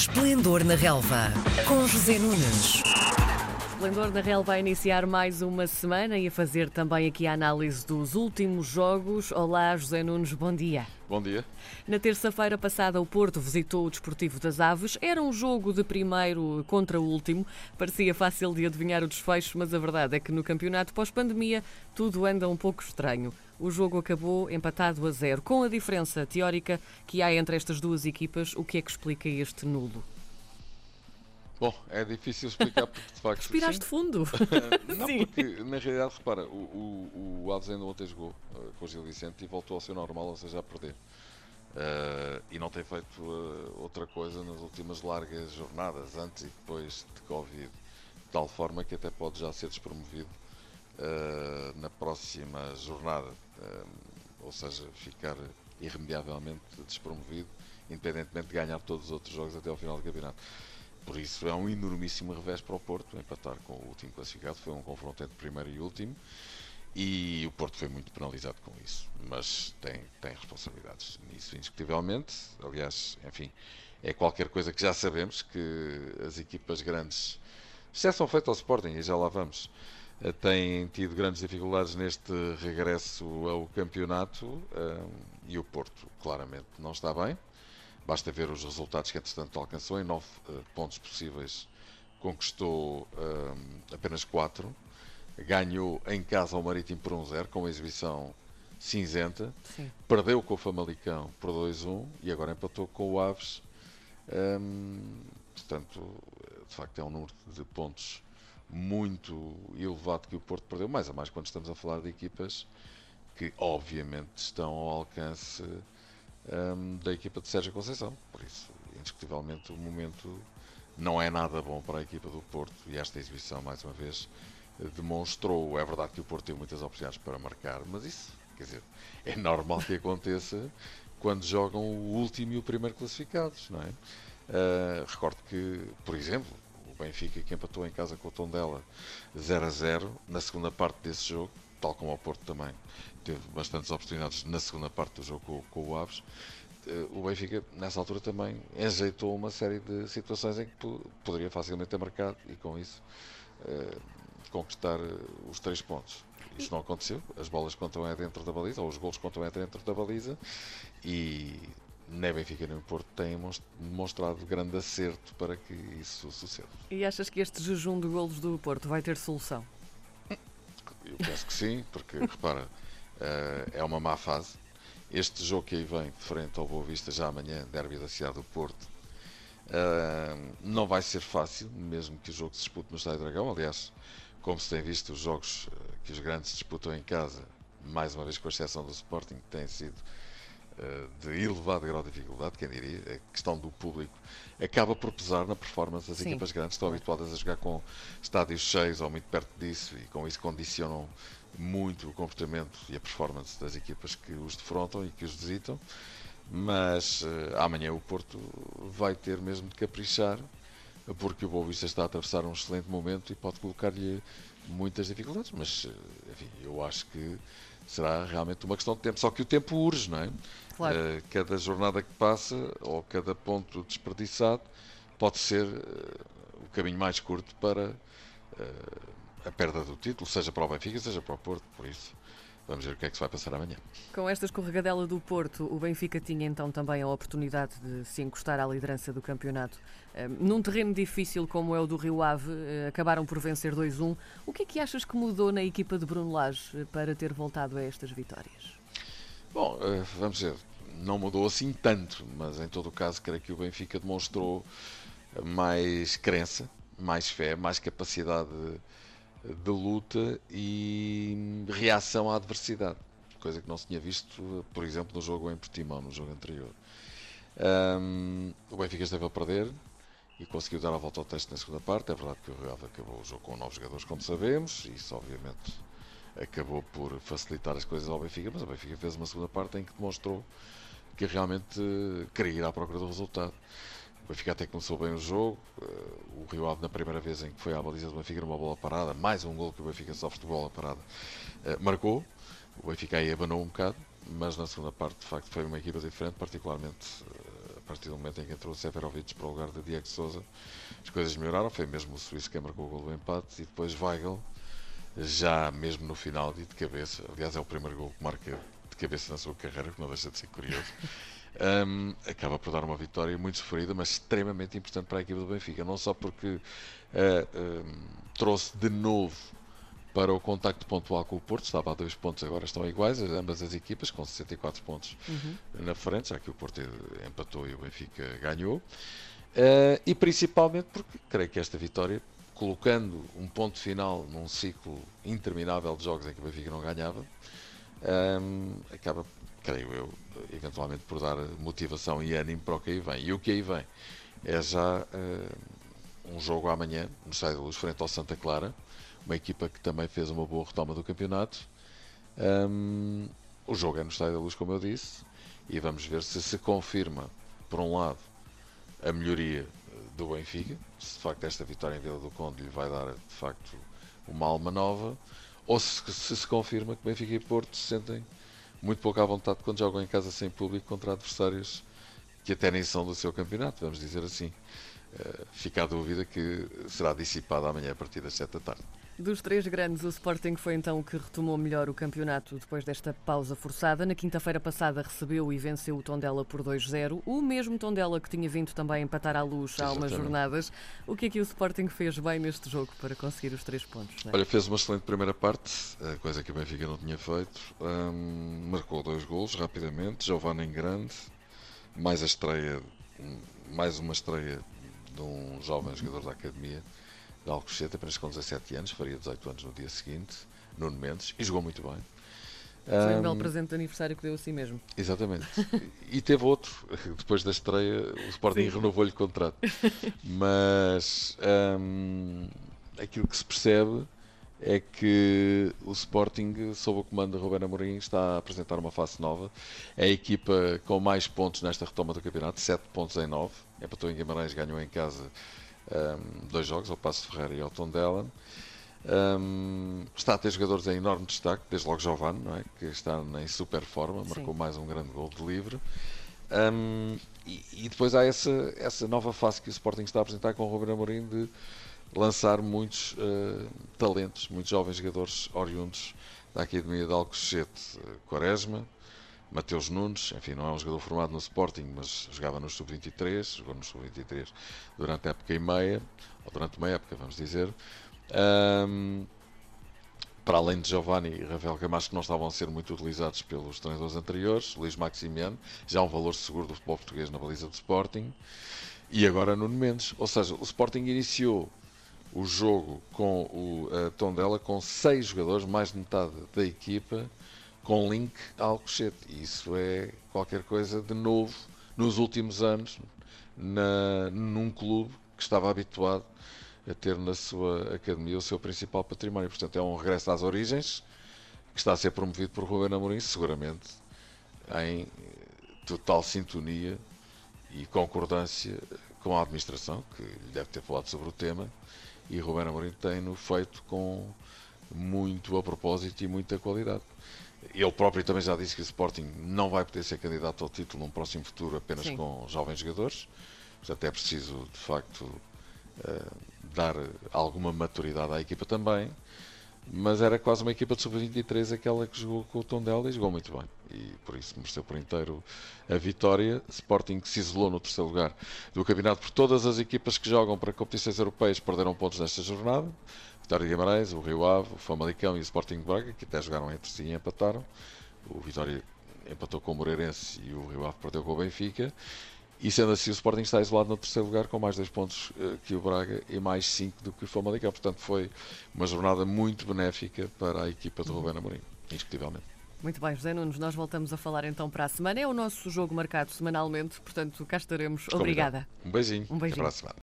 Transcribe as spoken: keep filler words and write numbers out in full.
Esplendor na Relva, com José Nunes. Esplendor na Relva vai iniciar mais uma semana e a fazer também aqui a análise dos últimos jogos. Olá, José Nunes, bom dia. Bom dia. Na terça-feira passada, o Porto visitou o Desportivo das Aves. Era um jogo de primeiro contra o último. Parecia fácil de adivinhar o desfecho, mas a verdade é que no campeonato pós-pandemia tudo anda um pouco estranho. O jogo acabou empatado a zero, com a diferença teórica que há entre estas duas equipas. O que é que explica este nulo? Bom, é difícil explicar porque de facto... Respiraste fundo. Não, Sim. porque na realidade, repara, o, o, o Aves ainda ontem jogou uh, com o Gil Vicente e voltou ao seu normal, ou seja, a perder. Uh, e não tem feito uh, outra coisa nas últimas largas jornadas, antes e depois de Covid, de tal forma que até pode já ser despromovido uh, na próxima jornada. Uh, ou seja, ficar irremediavelmente despromovido, independentemente de ganhar todos os outros jogos até ao final do campeonato. Por isso é um enormíssimo revés para o Porto, empatar com o último classificado. Foi um confronto entre primeiro e último e o Porto foi muito penalizado com isso, mas tem, tem responsabilidades nisso indiscutivelmente. Aliás, enfim, é qualquer coisa que já sabemos, que as equipas grandes, exceção feita ao Sporting, e já lá vamos, têm tido grandes dificuldades neste regresso ao campeonato, e o Porto claramente não está bem. Basta ver os resultados que, entretanto, alcançou. Em nove uh, pontos possíveis, conquistou uh, apenas quatro. Ganhou em casa ao Marítimo por um zero, com uma exibição cinzenta. Sim. Perdeu com o Famalicão por dois a um e agora empatou com o Aves. Um, portanto, de facto, é um número de pontos muito elevado que o Porto perdeu, mais a mais quando estamos a falar de equipas que, obviamente, estão ao alcance Um, da equipa de Sérgio Conceição. Por isso, indiscutivelmente, o momento não é nada bom para a equipa do Porto e esta exibição, mais uma vez, demonstrou. É verdade que o Porto teve muitas oportunidades para marcar, mas isso, quer dizer, é normal que aconteça quando jogam o último e o primeiro classificados, não é? Uh, recordo que, por exemplo, o Benfica, que empatou em casa com o Tondela zero a zero, na segunda parte desse jogo, tal como o Porto também teve bastantes oportunidades na segunda parte do jogo com, com o Aves, o Benfica nessa altura também enjeitou uma série de situações em que poderia facilmente ter marcado e com isso uh, conquistar os três pontos. Isso não aconteceu, as bolas contam é dentro da baliza, ou os golos contam é dentro da baliza, e nem Benfica nem o Porto têm demonstrado grande acerto para que isso suceda. E achas que este jejum de golos do Porto vai ter solução? Eu penso que sim, porque, repara, uh, é uma má fase. Este jogo que aí vem, de frente ao Boa Vista, já amanhã, derby da cidade do Porto, uh, não vai ser fácil, mesmo que o jogo se dispute no Estádio Dragão. Aliás, como se tem visto, os jogos que os grandes disputam em casa, mais uma vez com a exceção do Sporting, que têm sido uh, de elevado grau de dificuldade, quem diria, a questão do público acaba por pesar na performance das Sim. equipas grandes. Estão habituadas a jogar com estádios cheios ou muito perto disso e com isso condicionam muito o comportamento e a performance das equipas que os defrontam e que os visitam. Mas uh, amanhã o Porto vai ter mesmo de caprichar, porque o Boa Vista está a atravessar um excelente momento e pode colocar-lhe muitas dificuldades, mas enfim, eu acho que será realmente uma questão de tempo, só que o tempo urge, não é? Claro. Uh, cada jornada que passa ou cada ponto desperdiçado pode ser uh, o caminho mais curto para uh, a perda do título, seja para o Benfica, seja para o Porto. Por isso, vamos ver o que é que se vai passar amanhã. Com esta escorregadela do Porto, o Benfica tinha então também a oportunidade de se encostar à liderança do campeonato. Num terreno difícil como é o do Rio Ave, acabaram por vencer dois a um. O que é que achas que mudou na equipa de Bruno Lage para ter voltado a estas vitórias? Bom, vamos ver, não mudou assim tanto, mas em todo o caso creio que o Benfica demonstrou mais crença, mais fé, mais capacidade de, de luta e reação à adversidade, coisa que não se tinha visto, por exemplo, no jogo em Portimão, no jogo anterior. Um, o Benfica esteve a perder e conseguiu dar a volta ao texto na segunda parte. É verdade que o Rio Ave acabou o jogo com nove jogadores, como sabemos, e isso obviamente acabou por facilitar as coisas ao Benfica, mas o Benfica fez uma segunda parte em que demonstrou que realmente queria ir à procura do resultado. O Benfica até começou bem o jogo, o Rio Ave na primeira vez em que foi à baliza do Benfica numa bola parada, mais um gol que o Benfica sofre de bola parada, marcou. O Benfica aí abanou um bocado, mas na segunda parte de facto foi uma equipa diferente, particularmente a partir do momento em que entrou o Seferovic para o lugar de Diego Sousa, as coisas melhoraram. Foi mesmo o suíço que marcou o gol do empate, e depois Weigl, já mesmo no final e de cabeça. Aliás, é o primeiro gol que marca de cabeça na sua carreira, que não deixa de ser curioso. Um, acaba por dar uma vitória muito sofrida, mas extremamente importante para a equipa do Benfica, não só porque uh, um, trouxe de novo para o contacto pontual com o Porto. Estava a dois pontos, agora estão iguais, ambas as equipas, com sessenta e quatro pontos uhum. na frente, já que o Porto empatou e o Benfica ganhou. Uh, e principalmente porque creio que esta vitória, colocando um ponto final num ciclo interminável de jogos em que o Benfica não ganhava, um, acaba, creio eu, eventualmente por dar motivação e ânimo para o que aí vem. E o que aí vem é já uh, um jogo amanhã no Estádio da Luz, frente ao Santa Clara, uma equipa que também fez uma boa retoma do campeonato. Um, o jogo é no Estádio da Luz, como eu disse, e vamos ver se se confirma, por um lado, a melhoria do Benfica, se de facto esta vitória em Vila do Conde lhe vai dar de facto uma alma nova, ou se se, se confirma que Benfica e Porto se sentem muito pouco à vontade quando jogam em casa sem público contra adversários que até nem são do seu campeonato, vamos dizer assim. Uh, fica a dúvida que será dissipada amanhã a partir das sete da tarde. Dos três grandes, o Sporting foi então o que retomou melhor o campeonato depois desta pausa forçada. Na quinta-feira passada recebeu e venceu o Tondela por dois zero. O mesmo Tondela que tinha vindo também empatar à Luz há umas jornadas. O que é que o Sporting fez bem neste jogo para conseguir os três pontos? Não é? Olha, fez uma excelente primeira parte, coisa que o Benfica não tinha feito. Um, marcou dois golos rapidamente, Giovanni em grande, mais a estreia, mais uma estreia de um jovem jogador da academia de Alcochete, apenas com dezassete anos, faria dezoito anos no dia seguinte, Nuno Mendes, e jogou muito bem. Foi um, um belo presente de aniversário que deu assim mesmo. Exatamente. E teve outro, depois da estreia, o Sporting renovou-lhe o contrato. Mas um, aquilo que se percebe é que o Sporting, sob o comando de Ruben Amorim, está a apresentar uma face nova. É a equipa com mais pontos nesta retoma do campeonato, sete pontos em nove. Empatou em Guimarães, ganhou em casa Um, dois jogos, ao Paço de Ferreira e ao Tondela. Um, está a ter jogadores em enorme destaque, desde logo Giovanni, não é? Que está em super forma, marcou Sim. mais um grande gol de livre. Um, e, e depois há essa, essa nova fase que o Sporting está a apresentar com o Ruben Amorim de lançar muitos uh, talentos, muitos jovens jogadores oriundos da Academia de Alcochete. Quaresma, Mateus Nunes, enfim, não é um jogador formado no Sporting, mas jogava no sub vinte e três, jogou no sub vinte e três durante a época e meia, ou durante uma época, vamos dizer. Um, para além de Giovanni e Rafael Camacho, que não estavam a ser muito utilizados pelos treinadores anteriores, Luís Maximiano, já um valor seguro do futebol português na baliza do Sporting, e agora Nuno Mendes. Ou seja, o Sporting iniciou o jogo com o uh, Tondela com seis jogadores, mais de metade da equipa, com link a Alcochete. E isso é qualquer coisa de novo nos últimos anos na, num clube que estava habituado a ter na sua academia o seu principal património. Portanto, é um regresso às origens que está a ser promovido por Ruben Amorim, seguramente em total sintonia e concordância com a administração, que lhe deve ter falado sobre o tema, e Ruben Amorim tem-no feito com muito a propósito e muita qualidade. Ele próprio também já disse que o Sporting não vai poder ser candidato ao título num próximo futuro apenas Sim. com jovens jogadores. Portanto, é preciso, de facto, uh, dar alguma maturidade à equipa também. Mas era quase uma equipa de sub vinte e três aquela que jogou com o Tondela e jogou muito bem. E por isso mereceu por inteiro a vitória. Sporting que se isolou no terceiro lugar do campeonato, por todas as equipas que jogam para competições europeias perderam pontos nesta jornada. Vitória de Guimarães, o Rio Ave, o Famalicão e o Sporting de Braga, que até jogaram entre si e empataram. O Vitória empatou com o Moreirense e o Rio Ave perdeu com o Benfica. E sendo assim, o Sporting está isolado no terceiro lugar com mais dois pontos uh, que o Braga e mais cinco do que o Famalicão. Portanto, foi uma jornada muito benéfica para a equipa de Ruben Amorim, indiscutivelmente. Muito bem, José Nunes, nós voltamos a falar então para a semana. É o nosso jogo marcado semanalmente, portanto cá estaremos. Obrigada. Um beijinho. Um beijinho. Até para a semana.